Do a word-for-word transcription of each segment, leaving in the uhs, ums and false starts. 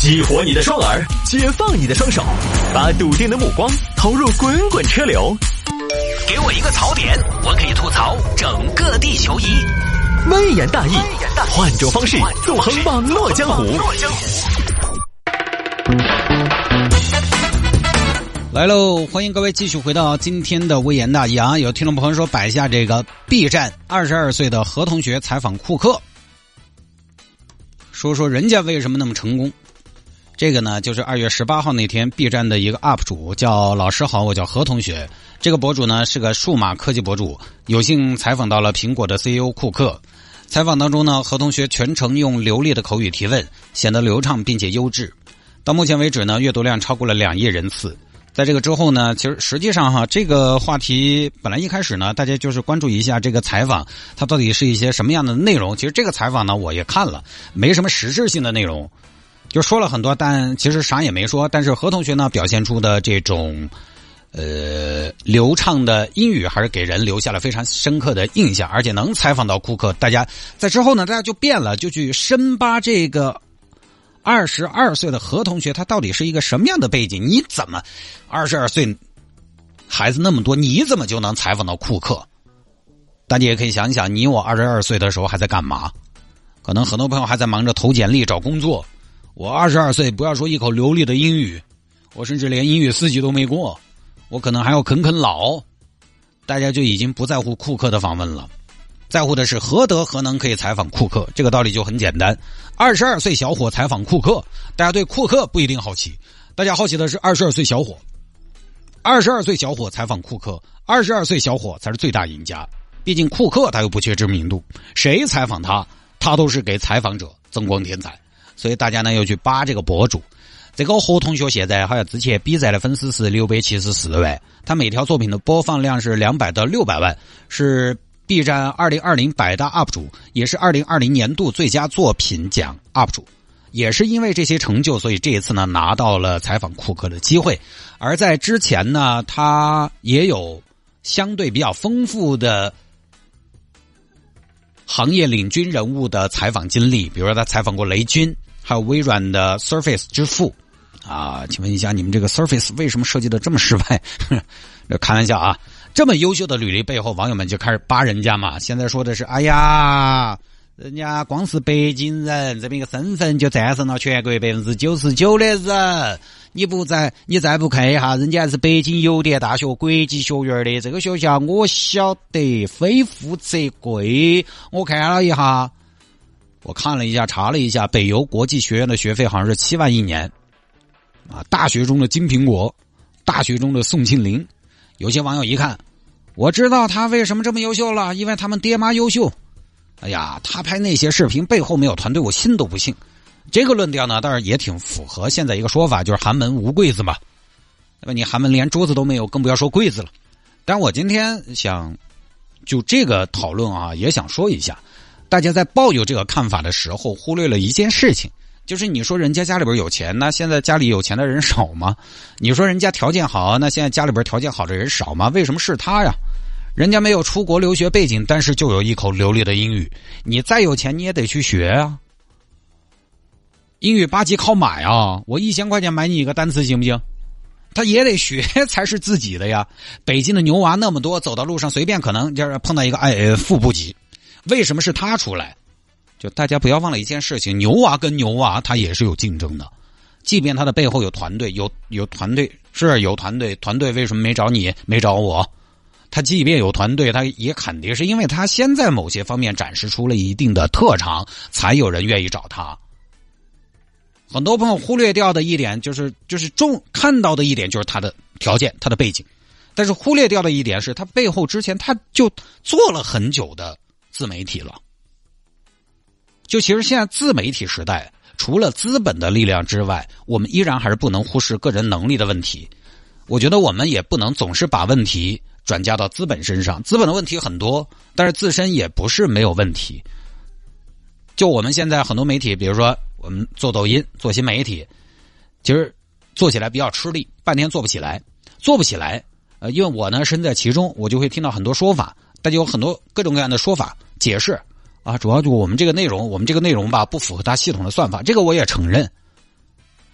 激活你的双耳，解放你的双手，把笃定的目光投入滚滚车流。给我一个槽点，我可以吐槽整个地球仪。微言大义，换种方式纵横网络江湖。 来喽，欢迎各位继续回到今天的微言大义啊！有听众朋友说摆下这个 B 站二十二岁的何同学采访库克，说说人家为什么那么成功。这个呢，就是二月十八号那天 B 站的一个 U P 主叫老师好，我叫何同学。这个博主呢是个数码科技博主，有幸采访到了苹果的 C E O 库克。采访当中呢，何同学全程用流利的口语提问，显得流畅并且优质。到目前为止呢，阅读量超过了两亿人次。在这个之后呢，其实实际上哈，这个话题本来一开始呢，大家就是关注一下这个采访，它到底是一些什么样的内容。其实这个采访呢，我也看了，没什么实质性的内容，就说了很多，但其实啥也没说。但是何同学呢，表现出的这种呃流畅的英语，还是给人留下了非常深刻的印象，而且能采访到库克。大家在之后呢，大家就变了，就去深扒这个二十二岁的何同学，他到底是一个什么样的背景？你怎么二十二岁孩子那么多，你怎么就能采访到库克？大家也可以想想，你我二十二岁的时候还在干嘛？可能很多朋友还在忙着投简历找工作。我二十二岁，不要说一口流利的英语，我甚至连英语四级都没过，我可能还要啃啃老。大家就已经不在乎库克的访问了，在乎的是何德何能可以采访库克。这个道理就很简单，二十二岁小伙采访库克，大家对库克不一定好奇，大家好奇的是二十二岁小伙。二十二岁小伙采访库克，二十二岁小伙才是最大赢家。毕竟库克他又不缺知名度，谁采访他，他都是给采访者增光添彩。所以大家呢又去扒这个博主。这个何同学现在好像之前比赛的粉丝是六百七十四万，他每条作品的播放量是两百到六百万，是 B 站二零二零百大 U P 主，也是二零二零年度最佳作品奖 U P 主。也是因为这些成就，所以这一次呢拿到了采访库克的机会。而在之前呢，他也有相对比较丰富的行业领军人物的采访经历，比如说他采访过雷军，还有微软的 Surface 之父啊。请问一下，你们这个 Surface 为什么设计的这么失败？开玩笑啊，这么优秀的履历背后，网友们就开始扒人家嘛。现在说的是，哎呀，人家光是北京人这么一个身份就战胜了全国百分之九十九的人。你不在，你再不看一下，人家是北京邮电大学国际学院的，这个学校我晓得，非富则贵。我看了一下，我看了一下，查了一下，北邮国际学院的学费好像是七万一年啊！大学中的金苹果，大学中的宋庆龄。有些网友一看，我知道他为什么这么优秀了，因为他们爹妈优秀。哎呀，他拍那些视频背后没有团队，我信都不信。这个论调呢，当然也挺符合现在一个说法，就是寒门无柜子嘛。对吧？你寒门连桌子都没有，更不要说柜子了。但我今天想就这个讨论啊，也想说一下，大家在抱有这个看法的时候，忽略了一件事情，就是你说人家家里边有钱，那现在家里有钱的人少吗？你说人家条件好，那现在家里边条件好的人少吗？为什么是他呀？人家没有出国留学背景，但是就有一口流利的英语。你再有钱，你也得去学啊。英语八级靠买啊，我一千块钱买你一个单词行不行？他也得学才是自己的呀。北京的牛娃那么多，走到路上随便可能就是碰到一个哎副部级，为什么是他出来？就大家不要忘了一件事情，牛娃跟牛娃他也是有竞争的，即便他的背后有团队，有有团队是有团队，团队为什么没找你没找我？他即便有团队，他也肯定是因为他先在某些方面展示出了一定的特长，才有人愿意找他。很多朋友忽略掉的一点就是就是重看到的一点就是他的条件，他的背景，但是忽略掉的一点是他背后之前他就做了很久的自媒体了。就其实现在自媒体时代，除了资本的力量之外，我们依然还是不能忽视个人能力的问题。我觉得我们也不能总是把问题转嫁到资本身上，资本的问题很多，但是自身也不是没有问题。就我们现在很多媒体，比如说我们做抖音做新媒体，其实做起来比较吃力，半天做不起来做不起来呃，因为我呢身在其中，我就会听到很多说法，大家有很多各种各样的说法解释啊，主要就我们这个内容我们这个内容吧不符合它系统的算法，这个我也承认。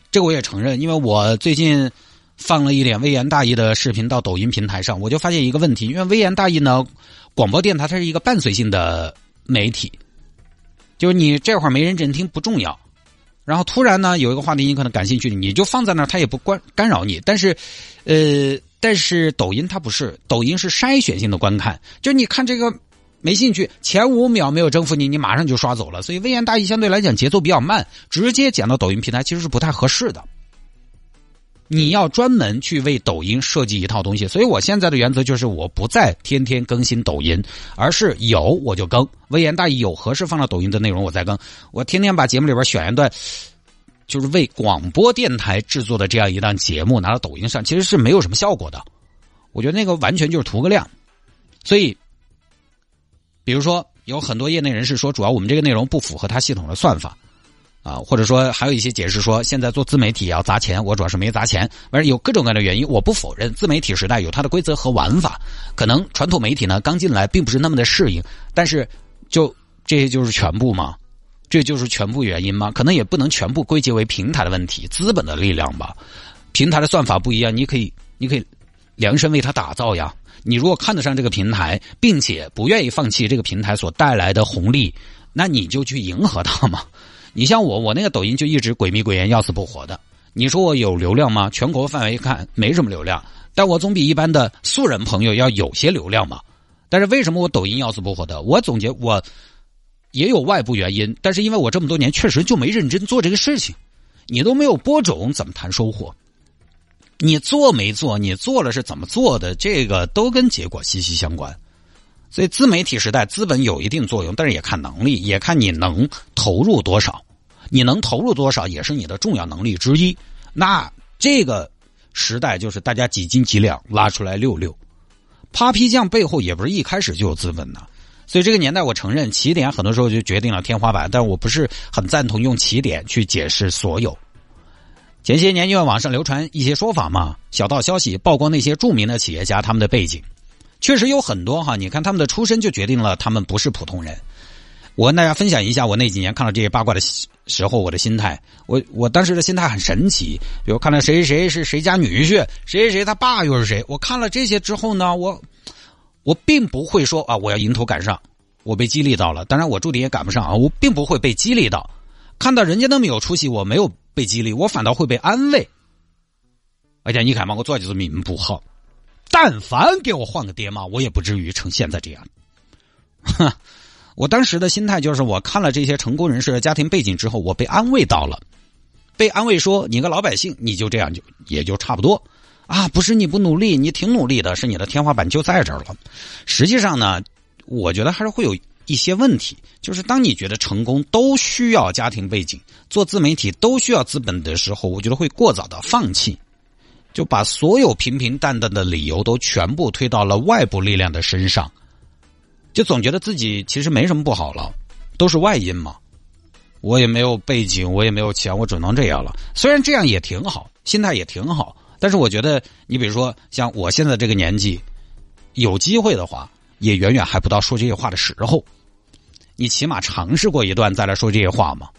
这个我也承认，因为我最近放了一点微言大义的视频到抖音平台上，我就发现一个问题，因为微言大义呢，广播电台它是一个伴随性的媒体，就是你这会儿没人真听不重要，然后突然呢有一个话题你可能感兴趣，你就放在那儿，它也不关干扰你。但是，呃，但是抖音它不是，抖音是筛选性的观看，就是你看这个没兴趣，前五秒没有征服你，你马上就刷走了。所以微言大义相对来讲节奏比较慢，直接讲到抖音平台其实是不太合适的。你要专门去为抖音设计一套东西，所以我现在的原则就是我不再天天更新抖音，而是有我就更。微言大义有合适放到抖音的内容我再更。我天天把节目里边选一段就是为广播电台制作的这样一档节目拿到抖音上，其实是没有什么效果的。我觉得那个完全就是图个亮。所以比如说有很多业内人士说主要我们这个内容不符合它系统的算法啊，或者说还有一些解释说现在做自媒体也要砸钱，我主要是没砸钱，反正有各种各样的原因。我不否认自媒体时代有它的规则和玩法，可能传统媒体呢刚进来并不是那么的适应，但是就这些就是全部吗？这就是全部原因吗？可能也不能全部归结为平台的问题，资本的力量吧。平台的算法不一样，你可以你可以量身为它打造呀。你如果看得上这个平台，并且不愿意放弃这个平台所带来的红利，那你就去迎合它嘛。你像我，我那个抖音就一直鬼迷鬼眼要死不活的。你说我有流量吗？全国范围看没什么流量，但我总比一般的素人朋友要有些流量嘛。但是为什么我抖音要死不活的？我总结我也有外部原因，但是因为我这么多年确实就没认真做这个事情。你都没有播种，怎么谈收获？你做没做，你做了是怎么做的，这个都跟结果息息相关。所以自媒体时代资本有一定作用，但是也看能力，也看你能投入多少。你能投入多少也是你的重要能力之一。那这个时代就是大家几斤几两拉出来溜溜。Papi酱背后也不是一开始就有资本的，所以这个年代我承认起点很多时候就决定了天花板，但我不是很赞同用起点去解释所有。前些年因为网上流传一些说法嘛，小道消息曝光那些著名的企业家他们的背景，确实有很多哈，你看他们的出身就决定了他们不是普通人。我跟大家分享一下我那几年看到这些八卦的时候我的心态，我我当时的心态很神奇。比如看到谁谁是谁家女婿，谁谁谁他爸又是谁，我看了这些之后呢，我我并不会说啊我要迎头赶上，我被激励到了，当然我注定也赶不上啊，我并不会被激励到。看到人家那么有出息，我没有被激励，我反倒会被安慰。而且你看嘛，我做就是命不好，但凡给我换个爹妈，我也不至于成现在这样。我当时的心态就是，我看了这些成功人士的家庭背景之后，我被安慰到了，被安慰说你个老百姓你就这样就也就差不多啊，不是你不努力，你挺努力的，是你的天花板就在这儿了。实际上呢，我觉得还是会有一些问题，就是当你觉得成功都需要家庭背景，做自媒体都需要资本的时候，我觉得会过早的放弃，就把所有平平淡淡的理由都全部推到了外部力量的身上，就总觉得自己其实没什么不好了，都是外因嘛。我也没有背景，我也没有钱，我只能这样了。虽然这样也挺好，心态也挺好，但是我觉得你比如说像我现在这个年纪，有机会的话也远远还不到说这些话的时候。你起码尝试过一段再来说这些话嘛？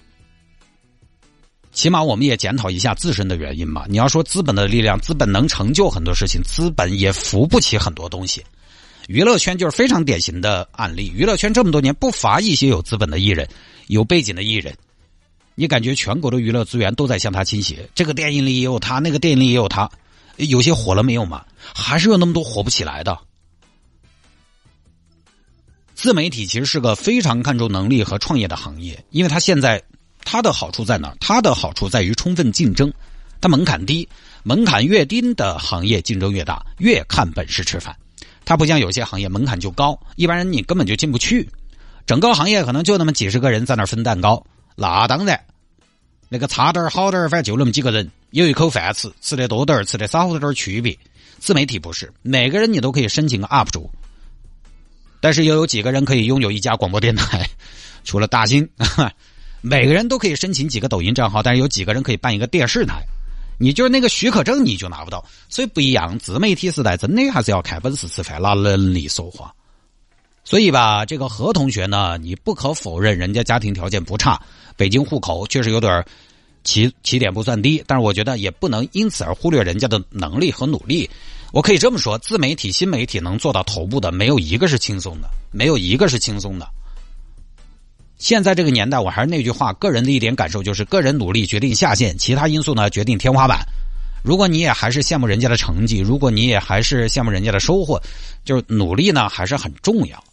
起码我们也检讨一下自身的原因嘛。你要说资本的力量，资本能成就很多事情，资本也扶不起很多东西。娱乐圈就是非常典型的案例，娱乐圈这么多年不乏一些有资本的艺人，有背景的艺人，你感觉全国的娱乐资源都在向他倾斜，这个电影里也有他，那个电影里也有他，有些火了没有嘛？还是有那么多火不起来的。自媒体其实是个非常看重能力和创业的行业，因为它现在它的好处在哪儿？它的好处在于充分竞争，它门槛低，门槛越低的行业竞争越大，越看本事吃饭。它不像有些行业门槛就高，一般人你根本就进不去，整个行业可能就那么几十个人在那分蛋糕，那当然那个差点好点反正就那么几个人，有一口饭吃，吃得多点吃得少点区别。自媒体不是每个人你都可以申请个 U P 主，但是又有几个人可以拥有一家广播电台，除了大兴，每个人都可以申请几个抖音账号，但是有几个人可以办一个电视台，你就是那个许可证你就拿不到。所以不一样，自媒体时代真的还是要看本事吃饭，拿能力说话。所以吧，这个何同学呢，你不可否认人家家庭条件不差，北京户口确实有点起起点不算低，但是我觉得也不能因此而忽略人家的能力和努力。我可以这么说，自媒体、新媒体能做到头部的，没有一个是轻松的，没有一个是轻松的。现在这个年代，我还是那句话，个人的一点感受就是，个人努力决定下限，其他因素呢决定天花板。如果你也还是羡慕人家的成绩，如果你也还是羡慕人家的收获，就是努力呢还是很重要。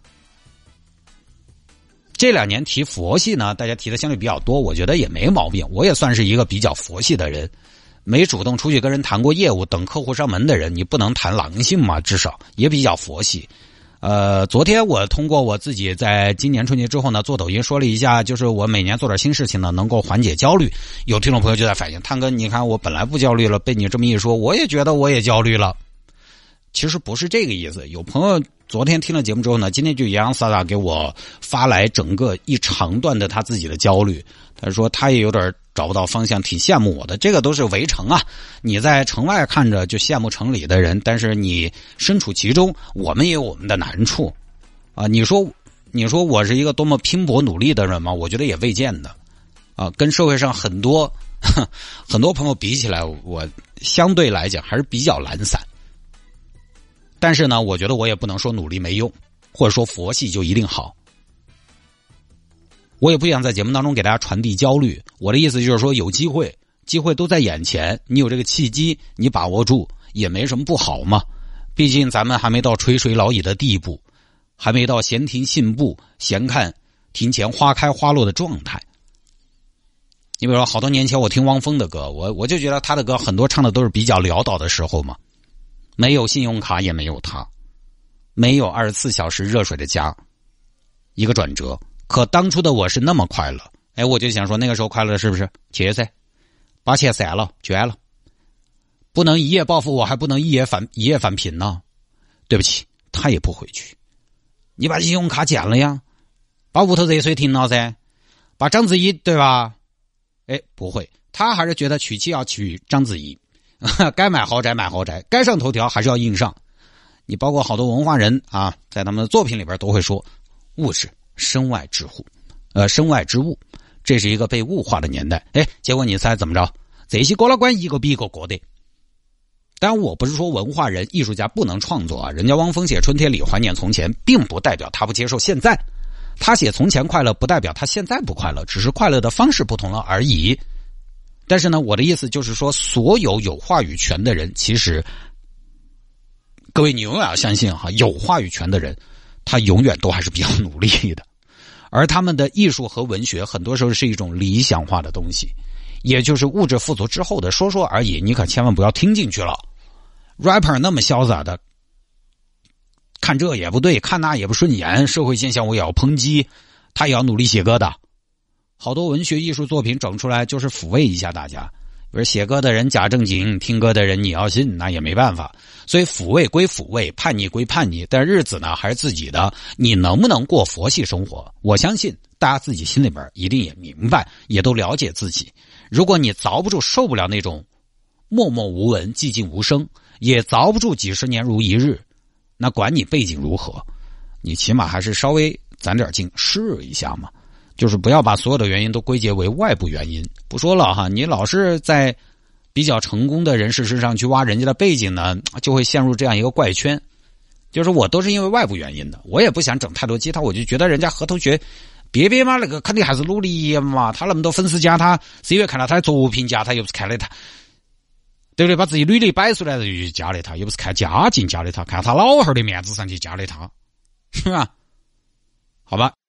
这两年提佛系呢，大家提的相对比较多，我觉得也没毛病。我也算是一个比较佛系的人，没主动出去跟人谈过业务，等客户上门的人，你不能谈狼性嘛，至少也比较佛系。呃，昨天我通过我自己在今年春节之后呢，做抖音说了一下，就是我每年做点新事情呢，能够缓解焦虑。有听众朋友就在反映，探哥，你看我本来不焦虑了，被你这么一说，我也觉得我也焦虑了。其实不是这个意思。有朋友昨天听了节目之后呢，今天就洋洋洒洒给我发来整个一长段的他自己的焦虑。他说他也有点找不到方向，挺羡慕我的。这个都是围城啊，你在城外看着就羡慕城里的人，但是你身处其中，我们也有我们的难处啊。你说你说我是一个多么拼搏努力的人吗？我觉得也未见的啊。跟社会上很多很多朋友比起来，我相对来讲还是比较懒散。但是呢，我觉得我也不能说努力没用，或者说佛系就一定好。我也不想在节目当中给大家传递焦虑，我的意思就是说，有机会，机会都在眼前，你有这个契机，你把握住，也没什么不好嘛。毕竟咱们还没到垂垂老矣的地步，还没到闲庭信步、闲看庭前花开花落的状态。你比如说，好多年前我听汪峰的歌，我我就觉得他的歌很多唱的都是比较潦倒的时候嘛。没有信用卡，也没有他，没有二十四小时热水的家，一个转折。可当初的我是那么快乐，哎，我就想说那个时候快乐是不是？切噻，把钱散了，捐了，不能一夜暴富，我还不能一夜返一夜返贫呢。对不起，他也不回去。你把信用卡剪了呀，把屋头热水停了噻，把章子怡对吧？哎，不会，他还是觉得娶妻要娶章子怡，该买豪宅买豪宅，该上头条还是要硬上。你包括好多文化人啊，在他们的作品里边都会说，物质身外之物，呃，身外之物，这是一个被物化的年代。哎，结果你猜怎么着？这些郭老倌一个比一个过的。当然，我不是说文化人、艺术家不能创作啊，人家汪峰写《春天里怀念从前》，并不代表他不接受现在。他写从前快乐，不代表他现在不快乐，只是快乐的方式不同了而已。但是呢，我的意思就是说，所有有话语权的人，其实各位你永远要相信哈，有话语权的人，他永远都还是比较努力的。而他们的艺术和文学，很多时候是一种理想化的东西，也就是物质富足之后的说说而已。你可千万不要听进去了。rapper 那么潇洒的，看这也不对，看那也不顺眼，社会现象我也要抨击，他也要努力写歌的。好多文学艺术作品整出来就是抚慰一下大家，比如写歌的人假正经，听歌的人你要信，那也没办法。所以抚慰归抚慰，叛逆归叛逆，但日子呢还是自己的。你能不能过佛系生活？我相信大家自己心里边一定也明白，也都了解自己。如果你遭不住，受不了那种默默无闻、寂静无声，也遭不住几十年如一日，那管你背景如何，你起码还是稍微攒点劲试一下嘛。就是不要把所有的原因都归结为外部原因。不说了哈，你老是在比较成功的人士身上去挖人家的背景呢，就会陷入这样一个怪圈。就是我都是因为外部原因的，我也不想整太多鸡汤，我就觉得人家何同学别别嘛，那个肯定还是努力嘛，他那么多粉丝加他，是因为看到他的作品加他，又不是看了他，对不对？把自己履历摆出来的就加了他，又不是看家境加了他，看他老汉的面子上去加了他，是吧？好吧。